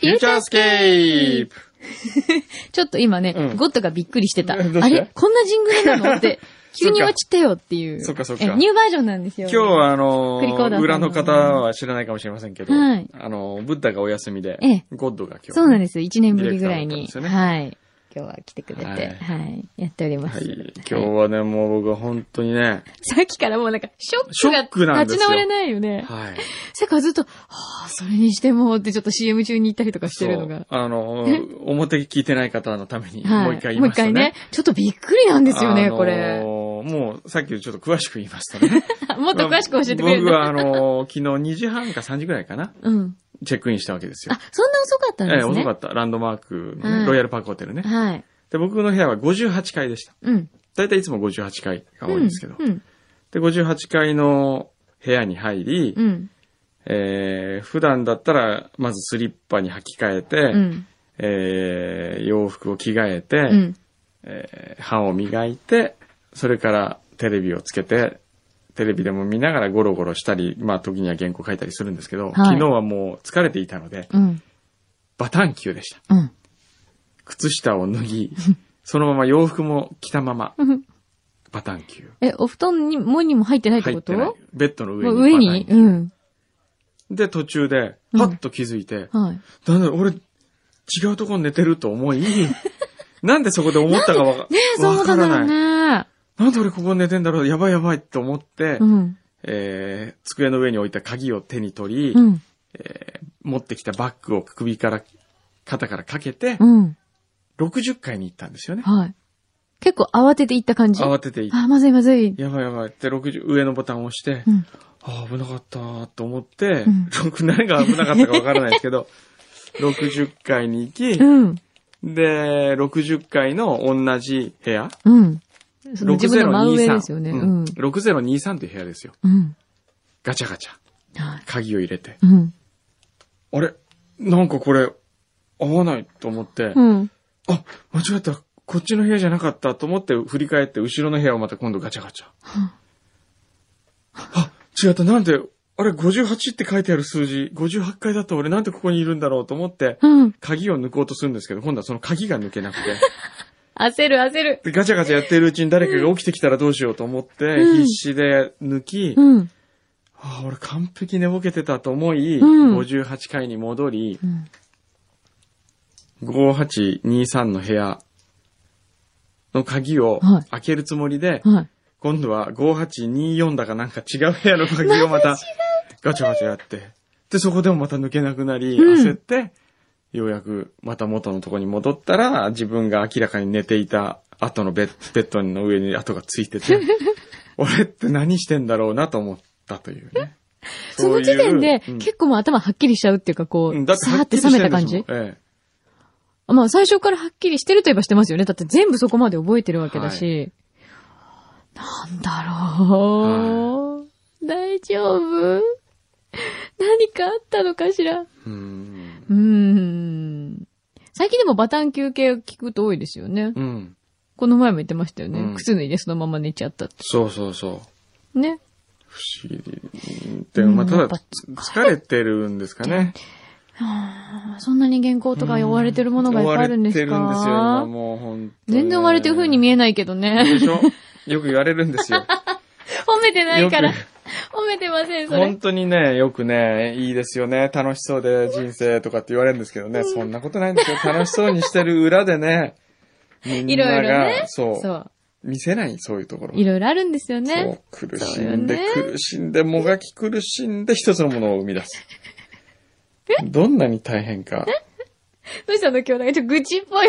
フューチャースケープちょっと今ね、ゴッドがびっくりしてた。 どうしてあれこんなジングルなのって、急に落ちてよっていう。 そっかそっか。 ニューバージョンなんですよ。 今日は裏の方は知らないかもしれませんけど、 はい。 ブッダがお休みで、ゴッドが今日、 そうなんです。1年ぶりぐらいに。 ね、 はい。今日は来てくれて、はい。やっております。 はい。今日はね、もう僕は本当にね。 さっきからもうなんか、ショックが立ち直れないよね。 はい。 さっきからずっと、それにしてもってちょっと CM 中に行ったりとかしてるのが。 表聞いてない方のためにもう一回言いますとね。もう一回ね。 ちょっとびっくりなんですよね、これ。 もうさっきちょっと詳しく言いますとね。 もっと詳しく教えてくれる。 僕は昨日2時半か3時ぐらいかな。うん。チェックインしたわけですよ。 あ、そんな遅かったんですね。 遅かった。ランドマークのね、ロイヤルパークホテルね。はい。で、僕の部屋は58階でした。うん。だいたいいつも58階が多いんですけど。うん。で、58階の部屋に入り、うん。普段だったら、まずスリッパに履き替えて、うん。洋服を着替えて、うん。歯を磨いて、それからテレビをつけて、テレビでも見ながらゴロゴロしたり、まあ時には原稿書いたりするんですけど、はい、昨日はもう疲れていたので、うん、バタンキューでした。うん、靴下を脱ぎ、そのまま洋服も着たまま、バタンキュー。 お布団にも入ってないってこと？ 入ってない。ベッドの上に。 うん。 で、途中で、はっと気づいて、はい、なんだ俺、違うところに寝てると思い、なんでそこで思ったかわからない。ね、なんで俺ここに寝てんだろう、やばいやばいって思って、うん、机の上に置いた鍵を手に取り、うん、持ってきたバッグを肩からかけて、うん、60階に行ったんですよね。はい。 結構慌てて行った感じ？ 慌てて行った。 あ、まずいまずい。 やばいやばいって上のボタンを押して、うん、危なかったと思って、うん、何が危なかったかわからないですけど、60階に行き、うん、で、60階の同じ部屋、うん、 自分の真上ですよね。 うん。6023という部屋ですよ。うん。ガチャガチャ。鍵を入れて。うん。あれなんかこれ、合わないと思って。うん。あ、間違った。こっちの部屋じゃなかったと思って振り返って後ろの部屋をまた今度ガチャガチャ。あ、違った。なんで、あれ58って書いてある数字、58階だと俺なんでここにいるんだろうと思って、うん、鍵を抜こうとするんですけど、今度はその鍵が抜けなくて。 焦る。 で、ガチャガチャやってるうちに誰かが起きてきたらどうしようと思って、必死で抜き、うん、俺完璧寝ぼけてたと思い、うん、58階に戻り、うん、5823の部屋の鍵を開けるつもりで、はい、今度は5824だかなんか違う部屋の鍵をまたガチャガチャやって、で、そこでもまた抜けなくなり、焦って、ようやくまた元のとこに戻ったら、自分が明らかに寝ていた後のベッドの上に跡がついてて、俺って何してんだろうなと思ったというね。 その時点で、結構もう頭はっきりしちゃうっていうか、こう、さーって冷めた感じ？まあ最初からはっきりしてると言えばしてますよね。だって全部そこまで覚えてるわけだし。はい、なんだろう、大丈夫？何かあったのかしら？最近でもバタン休憩を聞くと多いですよね。うん。この前も言ってましたよね。うん、靴脱いでそのまま寝ちゃったって。 そう。 ね。 不思議で。まあ、ただ、疲れてるんですかね。 そんなに原稿とか追われてるものがいっぱいあるんですか？追われてるんですよ、今もう本当に。全然追われてる風に見えないけどね。 でしょ？よく言われるんですよ。 褒めてないから。褒めてません、それ。 本当にね、よくね、いいですよね、楽しそうで人生とかって言われるんですけどね、そんなことないんですよ。楽しそうにしてる裏でね、みんなが、いろいろね、そう。見せない、そういうところ。 いろいろあるんですよね。 そう、苦しんで、もがき苦しんで一つのものを生み出す。どんなに大変か。 どうしたの今日なんかちょっと愚痴っぽい。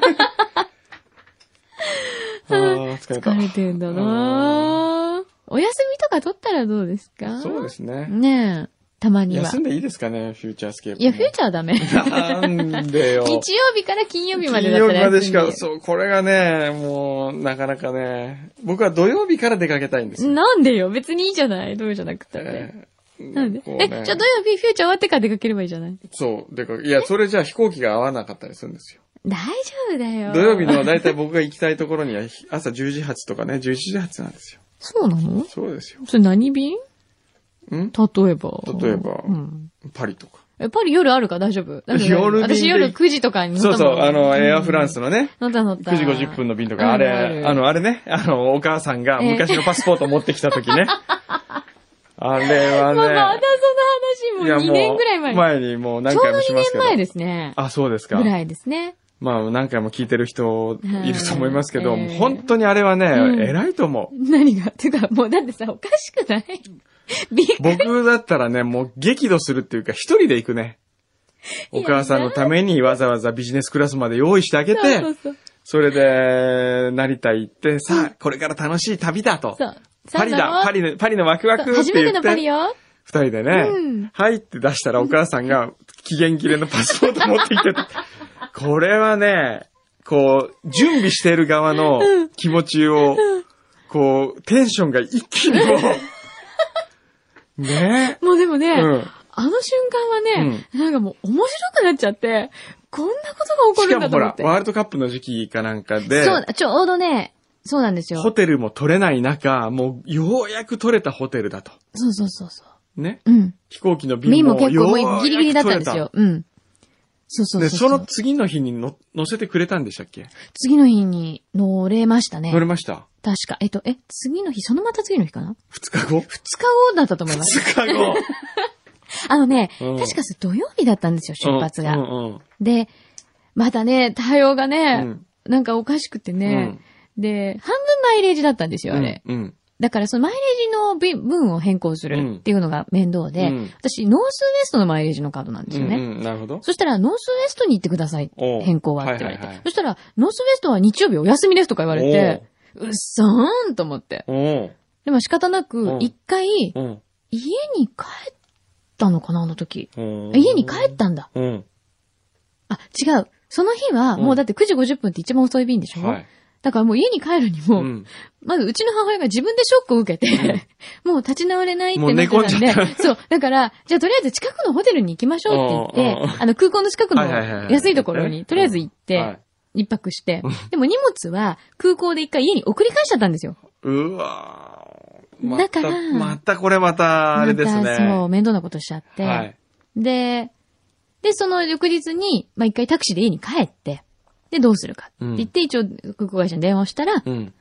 疲れてんだなぁ。お休みとか取ったらどうですか？ そうですね。 ねえ。たまには。 休んでいいですかね、フューチャースケープ。 いや、フューチャーはダメ。 なんでよ。 日曜日から金曜日までだったら。 金曜日までしか、そう、これがね、もう、なかなかね、僕は土曜日から出かけたいんですよ。 なんでよ、別にいいじゃない、土曜じゃなくて。なんで、じゃあ土曜日フューチャー終わってから出かければいいじゃない？ そう、いや、それじゃあ飛行機が合わなかったりするんですよ。 大丈夫だよ。 土曜日のだいたい僕が行きたいところには朝10時発とかね、11時発なんですよ。 そうなの？ そうですよ。 それ何便？例えば、 うん、パリとか。 パリ夜あるか大丈夫？私夜9時とかに乗ったもん。そうそう、エアフランスのね。 乗った。 9時50分の便とか、あれね、お母さんが昔のパスポート持ってきた時ね。あれはね。 まだその話もう2年ぐらい前にもう何回もしますけど。 ちょうど2年前ですね。 あ、そうですか。 ぐらいですね。 まあ何回も聞いてる人いると思いますけど、本当にあれはね、偉いと思う。何がてか、もうだってさ、おかしくない？ 僕だったらね、もう激怒するっていうか、一人で行くね。お母さんのためにわざわざビジネスクラスまで用意してあげて、それで、成田行って、さあ、これから楽しい旅だと。パリだ、パリのワクワクって言って。初めてのパリよ。 二人でね、はいって出したらお母さんが期限切れのパスポート持ってきてた。これはね、こう、準備している側の気持ちを、こう、テンションが一気にもう、ね。 もうでもね、あの瞬間はね、なんかもう面白くなっちゃって、こんなことが起こるんだと思って。しかもほら、ワールドカップの時期かなんかで。 そう、ちょうどね、そうなんですよ。 ホテルも取れない中、もうようやく取れたホテルだと。 そうね。 うん。 飛行機の便も結構もうギリギリだったんですよ。うん。 で、その次の日に乗せてくれたんでしたっけ？ 次の日に乗れましたね。 乗れました。 確か。次の日、そのまた次の日かな？ 2日後 ?2 日後だったと思います。 2日後確か土曜日だったんですよ、出発が。で、またね、対応がね、なんかおかしくてね、で、半分マイレージだったんですよ、あれ。だからそのマイレージの分を変更するっていうのが面倒で、私、ノースウエストのマイレージのカードなんですよね。 なるほど。 そしたら、ノースウエストに行ってください。変更はって言われて。そしたら、ノースウエストは日曜日お休みですとか言われて、うっそーんと思って。でも仕方なく、一回、家に帰ったのかな、あの時。家に帰ったんだ。あ、違う。その日は、もうだって9時50分って一番遅い便でしょ？だからもう家に帰るにも、まずうちの母親が自分でショックを受けて、もう立ち直れないってなってたんで、そう。だから、じゃあとりあえず近くのホテルに行きましょうって言って、空港の近くの安いところにとりあえず行って、一泊して、でも荷物は空港で一回家に送り返しちゃったんですよ。 うわー。だから、またあれですね。 そう、面倒なことしちゃって。で、その翌日に、一回タクシーで家に帰って、で、どうするかって言って、一応、航空会社に電話をしたら、取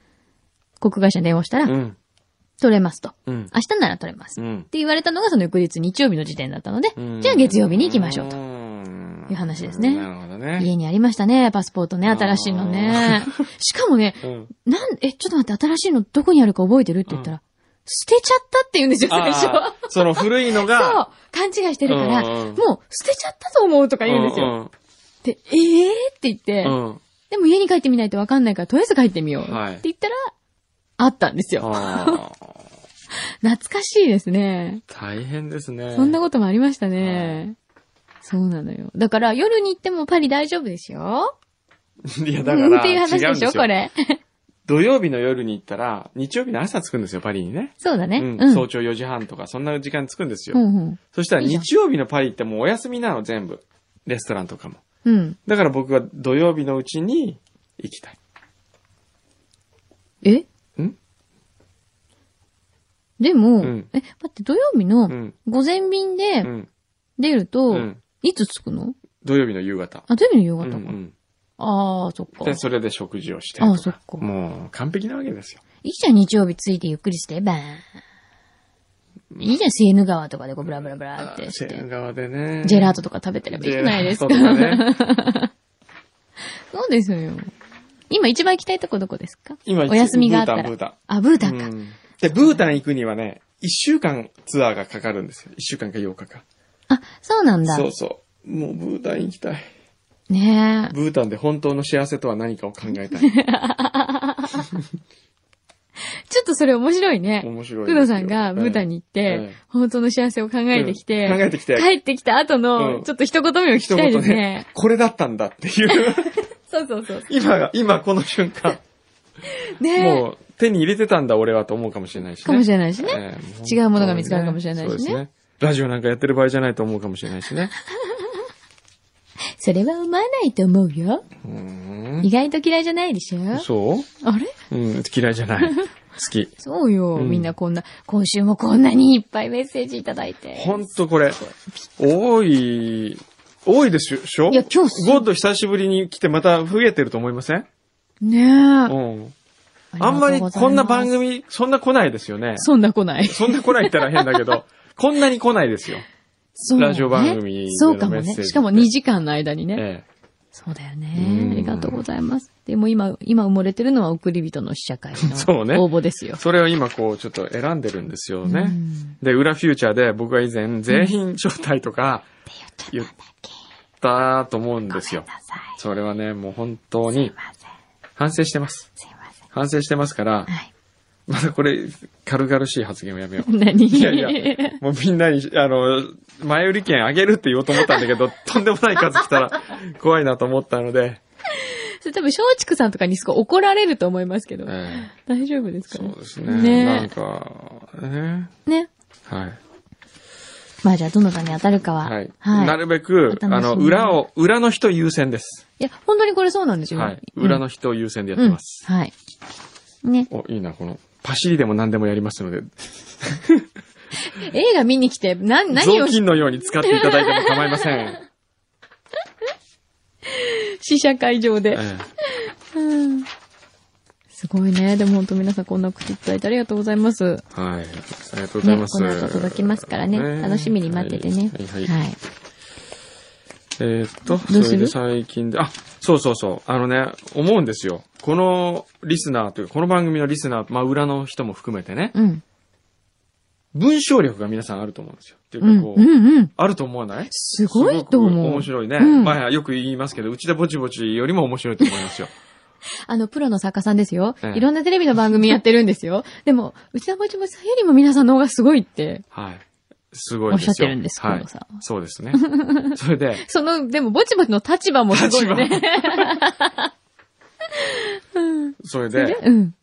れますと。明日なら取れます。って言われたのがその翌日日曜日の時点だったので、じゃあ月曜日に行きましょうと。いう話ですね。 なるほどね。 家にありましたね、パスポートね、新しいのね。しかもね、ちょっと待って、新しいのどこにあるか覚えてるって言ったら、捨てちゃったって言うんですよ、最初。 その古いのが。 そう、勘違いしてるから、もう捨てちゃったと思うとか言うんですよ。で、って言って、でも家に帰ってみないとわかんないから、とりあえず帰ってみよう。って言ったら、あったんですよ。懐かしいですね。 大変ですね。 そんなこともありましたね。そうなのよ。だから夜に行ってもパリ大丈夫ですよ。 いや、だから。 っていう話でしょ、これ。 土曜日の夜に行ったら、日曜日の朝着くんですよ、パリにね。 そうだね。 早朝4時半とか、そんな時間に着くんですよ。そしたら日曜日のパリってもうお休みなの、全部。レストランとかも。だから僕は土曜日のうちに行きたい。 でも、待って、土曜日の午前便で出ると、いつ着くの？ 土曜日の夕方。 あ、土曜日の夕方か。そっか。 で、それで食事をして。 そっか。 もう、完璧なわけですよ。 いいじゃん、日曜日着いてゆっくりしてばーん。いいじゃん、セーヌ川とかでこうブラブラブラってして。 セーヌ川でね。 ジェラートとか食べてればいいじゃないですか。そうですよ。今一番行きたいとこどこですか？ 今お休みがあったら。 ブータン。 あ、ブータンか。 で、ブータン行くにはね、1週間ツアーがかかるんですよ。1週間か8日か。 あ、そうなんだ。 そうそう。もうブータン行きたい。 ねえ。 ブータンで本当の幸せとは何かを考えたい。 ちょっとそれ面白いね。 面白い。 工藤さんがブータンに行って、本当の幸せを考えてきて、帰ってきた後の、ちょっと一言目を聞きたいですね。 これだったんだっていう。 そう。 今この瞬間。ねもう手に入れてたんだ俺はと思うかもしれないしね。 かもしれないしね。違うものが見つかるかもしれないしね。そうですね。 ラジオなんかやってる場合じゃないと思うかもしれないしね。 それは思わないと思うよ。意外と嫌いじゃないでしょ？ そう？ あれ？ 嫌いじゃない。 き。 そうよ、みんなこんな、今週もこんなにいっぱいメッセージいただいて。 ほんとこれ、多いですよ。 いや、今日ゴッド久しぶりに来てまた増えてると思いません？ ねえ。 あんまりこんな番組、そんな来ないですよね。 そんな来ない。 そんな来ないって言ったら変だけど、こんなに来ないですよ。 そうね。 ラジオ番組でそうかもね。 のメッセージ。 しかも2時間の間にね。そうだよね。ありがとうございます。でも今埋もれてるのは送り人の試写会の応募ですよ。 それを今こうちょっと選んでるんですよね。で、裏フューチャーで僕は以前全員招待とか言ったと思うんですよ。それはね、もう本当に反省してます。反省してますから、まだこれ軽々しい発言をやめよう。 何？ いやいや、もうみんなに、前売り券あげるって言おうと思ったんだけど、とんでもない数来たら怖いなと思ったので。 それ多分、松竹さんとかにすごい怒られると思いますけど。大丈夫ですかね？ そうですね。なんか、 ね。 はい。 まあじゃあ、どのかに当たるかは。 はい。なるべく、裏の人優先です。 いや、本当にこれそうなんですよ。 はい。裏の人優先でやってます。 はい。ね。 いいな、この、パシリでも何でもやりますので。 映画見に来て、何を。 雑巾のように使っていただいても構いません。 試写会場で。すごいね。でも本当皆さんこんな送っていただいてありがとうございます。はい。 ありがとうございます。 この後届きますからね。楽しみに待っててね。はい。 それで最近で、そう。思うんですよ。このリスナーというか、この番組のリスナー、まあ裏の人も含めてね。文章力が皆さんあると思うんですよ。っていうかこう、あると思わない？ すごいと思う。 面白いね。まあよく言いますけど、うちでぼちぼちよりも面白いと思いますよ。 プロの作家さんですよ。いろんなテレビの番組やってるんですよ。でも、うちのぼちぼちさんよりも皆さんの方がすごいって。はい。 すごいですよ。 おっしゃってるんです、はい。 そうですね。それで。 でもぼちぼちの立場もすごいね。 それで、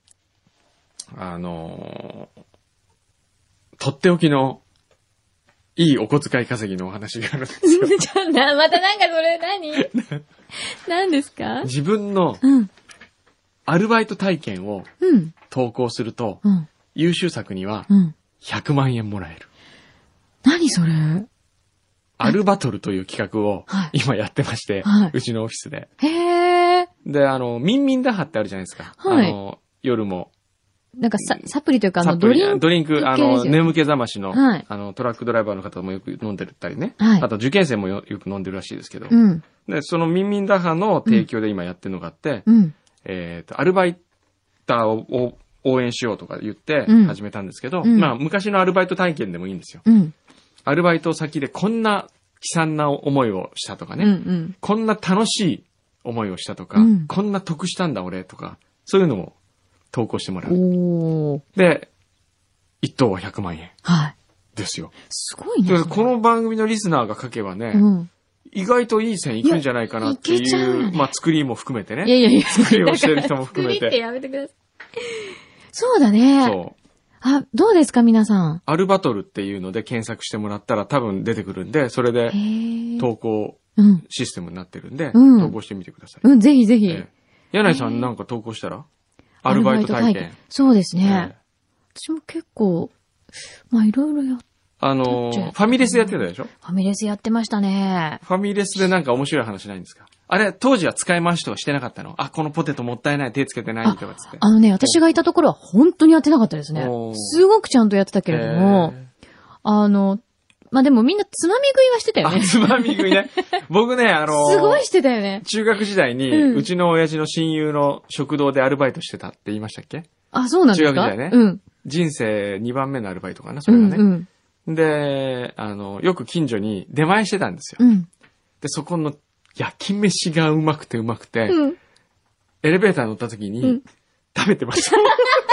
とっておきの、いいお小遣い稼ぎのお話があるんですよ。 またなんかそれ何ですか？ 自分の、アルバイト体験を投稿すると、優秀作には100万円もらえる。 何それ？ アルバトルという企画を今やってまして、うちのオフィスで。 へー。 で、ミンミンダハってあるじゃないですか。夜も。 なんかサプリというかドリンク、 眠気覚ましの、トラックドライバーの方もよく飲んでたりね。あと受験生もよく飲んでるらしいですけど。で、そのミンミンダハの提供で今やってるのがあって、アルバイターを応援しようとか言って始めたんですけど、まあ昔のアルバイト体験でもいいんですよ。アルバイト先でこんな悲惨な思いをしたとかね、こんな楽しい思いをしたとか、こんな得したんだ俺とか、そういうのも投稿してもらう。で、1等は100万円。はい。ですよ。 すごいね。 この番組のリスナーが書けばね、意外といい線いくんじゃないかなっていう、まあ作りも含めてね。 いや。 作りをしてる人も含めて。 作りってやめてください。そうだね。そう。どうですか皆さん。 アルバトルっていうので検索してもらったら多分出てくるんで、それで投稿システムになってるんで、投稿してみてください。 ぜひぜひ。 柳井さんなんか投稿したらアルバイト体験。 そうですね。私も結構、まあいろいろやって。 ファミレスやってたでしょ？ ファミレスやってましたね。 ファミレスでなんか面白い話ないんですか？あれ、当時は使い回しとかしてなかったの？このポテトもったいない、手つけてないとかつって。 私がいたところは本当にやってなかったですね。すごくちゃんとやってたけれども、まあ、でもみんなつまみ食いはしてたよね。 つまみ食いね。僕ね、 すごいしてたよね。 中学時代に、うちの親父の親友の食堂でアルバイトしてたって言いましたっけ？ そうなんですか？ 中学時代ね。人生2番目のアルバイトかな、それがね。で、よく近所に出前してたんですよ。で、そこの焼き飯がうまくて、エレベーター乗った時に、食べてました。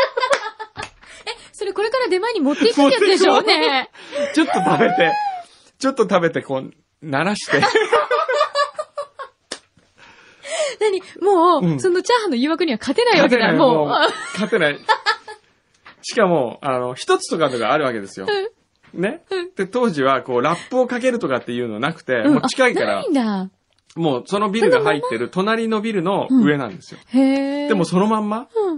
それこれから出前に持っていくやつでしょうね。 ちょっと食べて、こう、鳴らして。 もう、そのチャーハンの誘惑には勝てないわけだ、もう。 勝てない。しかも、一つとかのがあるわけですよ。ね。で、当時は、こう、ラップをかけるとかっていうのなくて、もう近いから。 ないんだ。 もう、そのビルが入ってる隣のビルの上なんですよ。へー。でもそのまんま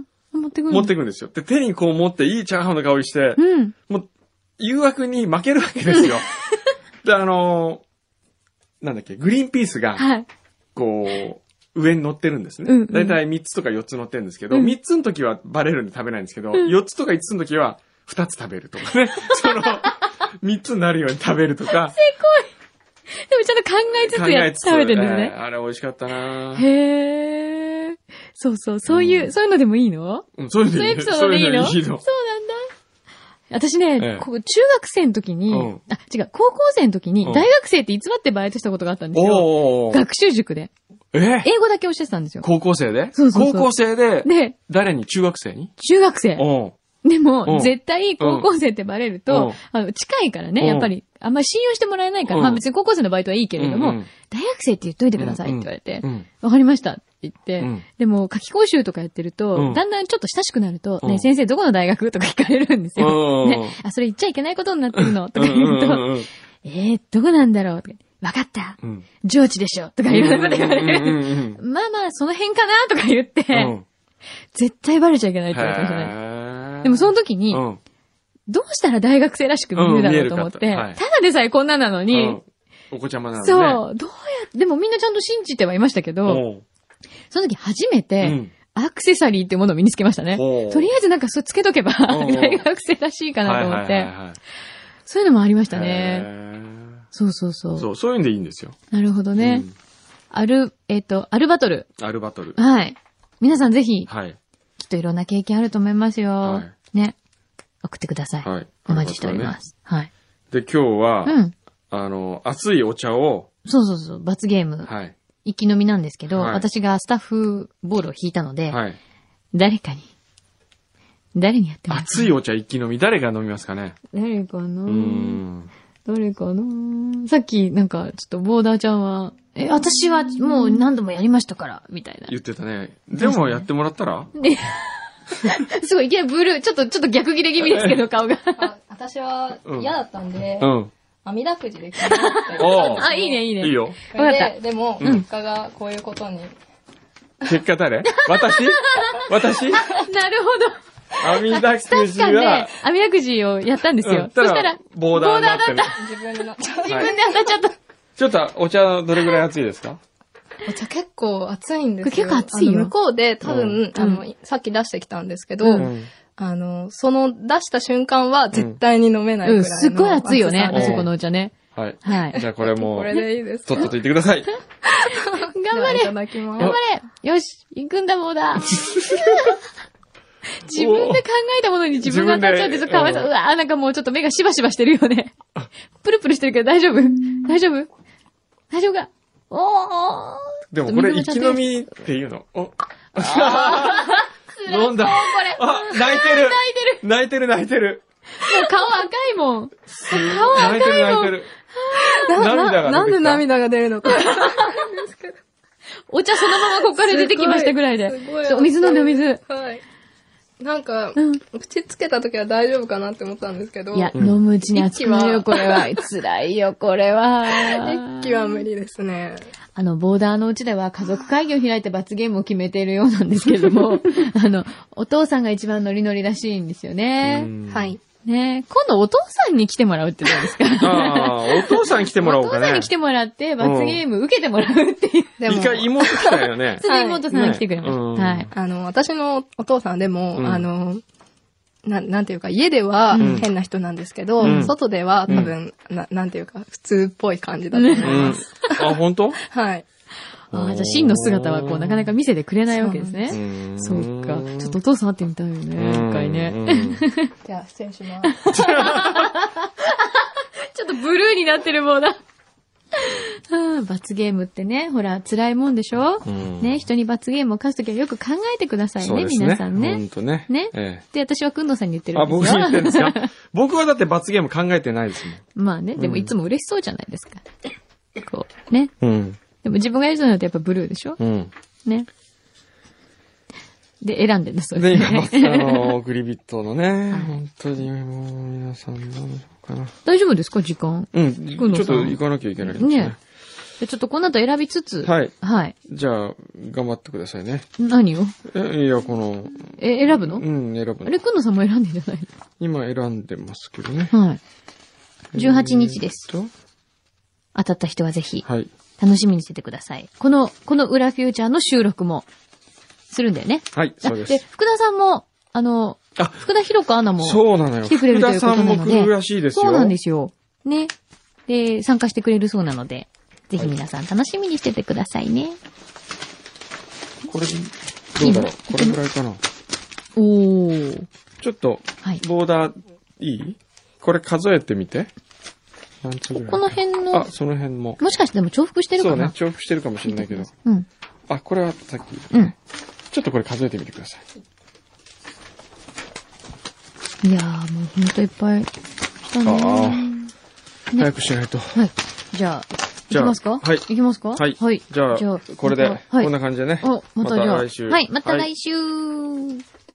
持ってくる持ってくるんですよ。で、手にこう持っていいチャーハンの香りして、もう、誘惑に負けるわけですよ。で、なんだっけ、グリーンピースが、こう、上に乗ってるんですね。だいたい3つとか4つ乗ってるんですけど、3つの時はバレるんで食べないんですけど、4つとか5つの時は2つ食べるとかね。3つになるように食べるとか。 せこい。でもちゃんと考えつつ食べてるんですね。 あれ美味しかったなへー。そういうのでもいいの？ そういうエピソードでいいの？そうなんだ。 私ね、中学生の時に、高校生の時に、大学生って偽ってバイトしたことがあったんですよ。学習塾で。英語だけ教えてたんですよ。 高校生で？ そう。 高校生で、誰に？中学生に？ 中学生。でも、絶対高校生ってバレると、近いからね、やっぱり、あんまり信用してもらえないから、まあ別に高校生のバイトはいいけれども、大学生って言っといてくださいって言われて、わかりましたって言って、でも、夏期講習とかやってると、だんだんちょっと親しくなると、ね、先生どこの大学とか聞かれるんですよ。ね、それ言っちゃいけないことになってるのとか言うと、どこなんだろうとか、わかった、上智でしょとかいろんなこと言われる。まあまあ、その辺かなとか言って、絶対バレちゃいけないって言われてましたね。でもその時に、どうしたら大学生らしく見えるだろうと思って、ただでさえこんなのに、 お子ちゃまなのね。 そう、どうやって、でもみんなちゃんと信じてはいましたけど、その時初めて、アクセサリーってものを身につけましたね。とりあえずなんかそれつけとけば、大学生らしいかなと思って、そういうのもありましたね。そう。 そういうんでいいんですよ。 なるほどね。アルバトル。はい。皆さんぜひ、きっといろんな経験あると思いますよ。ね。送ってください。はい。お待ちしております。はい。 で、今日は、熱いお茶を。 そう。罰ゲーム。はい。一気飲みなんですけど、私がスタッフボールを引いたので、誰にやってもらう？ 熱いお茶一気飲み、誰が飲みますかね？ 誰かなさっき、なんか、ちょっとボーダーちゃんは、私はもう何度もやりましたから、みたいな。 言ってたね。でもやってもらったら？ すごい、いきなりブルー、ちょっと逆切れ気味ですけど、顔が。 私は嫌だったんで、網だくじで決めました。いいね。いいよ。わかった。でも、結果がこういうことに。 結果誰？私なるほど。 網だくじは。 確かにね、網だくじをやったんですよ。そしたら、 ボーダーだった。 自分で当たっちゃった。 ちょっと、お茶どれぐらい熱いですか？ お茶結構熱いんですよ。 結構熱いよ。 向こうで多分、さっき出してきたんですけど、その出した瞬間は絶対に飲めないくらいの。 すっごい熱いよね、あそこのお茶ね。 はい。じゃあこれも、 これでいいです。 とっとと言ってください。 頑張れ。いただきます。頑張れ。よし、行くんだもんだ。自分で考えたものに自分が当たっちゃって、かわいそう。なんかもうちょっと目がしばしばしてるよね。プルプルしてるけど大丈夫かでもこれ、生き飲みっていうの。飲んだ。泣いてる。もう顔赤いもん。顔赤いもん。 泣いてる。 なんで涙が出るのか。 お茶そのままここから出てきましたぐらいで。お水飲んでお水。 はい。なんか、口つけた時は大丈夫かなって思ったんですけど。 いや、飲むうちに熱くなるよ、これは。辛いよ、これは。 一気は無理ですね。 ボーダーのうちでは家族会議を開いて罰ゲームを決めているようなんですけれども、お父さんが一番ノリノリらしいんですよね。 はい。 ね、今度お父さんに来てもらうってどうですか？ お父さんに来てもらおうかね。 お父さんに来てもらって罰ゲーム受けてもらうっていう。 一回妹来たよね。 次妹さんが来てくれます。はい。 私のお父さんでも、なんていうか、家では変な人なんですけど、外では多分、なんていうか、普通っぽい感じだと思います。 本当？ はい。 じゃあ真の姿はなかなか見せてくれないわけですね。そうか。ちょっとお父さん会ってみたいよね、一回ね。 じゃあ、失礼します。 ちょっとブルーになってるもんだ。罰ゲームってね、ほら、辛いもんでしょ？ね、人に罰ゲームを課すときはよく考えてくださいね、皆さんね。 ほんとね。 ね。で、私はくんのさんに言ってるんですよ。 僕に言ってるんですか？僕はだって罰ゲーム考えてないですもん。 まあね、でもいつも嬉しそうじゃないですか。こう、ね。でも自分がやるとなるとやっぱブルーでしょ？ね。で、選んでるんですよ。 で、今、グリビットのね、本当にもう皆さんどうしようかな。 大丈夫ですか時間。 ちょっと行かなきゃいけないですね。 ちょっとこの後選びつつ。 はい。 はい。 じゃあ、頑張ってくださいね。 何を？ いや、この。 選ぶの？ 選ぶの。 あれ、くんのさんも選んでんじゃないの？ 今選んでますけどね。 はい。18日です。当たった人はぜひ。はい。楽しみにしててください。この裏フューチャーの収録もするんだよね。 はい、そうです。 で、福田さんも、福田博子アナもそうなのよ。 来てくれるということなので。 福田さんも来るらしいですよ。 そうなんですよ。ね。で、参加してくれるそうなので、ぜひ皆さん楽しみにしててくださいね。 これ、どうだろう。これぐらいかな。 おー。 ちょっと、ボーダー、いい？これ数えてみて。 この辺の。 その辺も。 もしかしてでも重複してるかな？ そうね、重複してるかもしれないけど。 うん。 これはさっき。 うん。 ちょっとこれ数えてみてください。いやー、もうほんといっぱい来たね。 早くしないと。 はい。じゃあ、行きますか？ はい。 行きますか？ はい。はい。じゃあ、これで、こんな感じでね。 またじゃあ。 来週。 はい、また来週。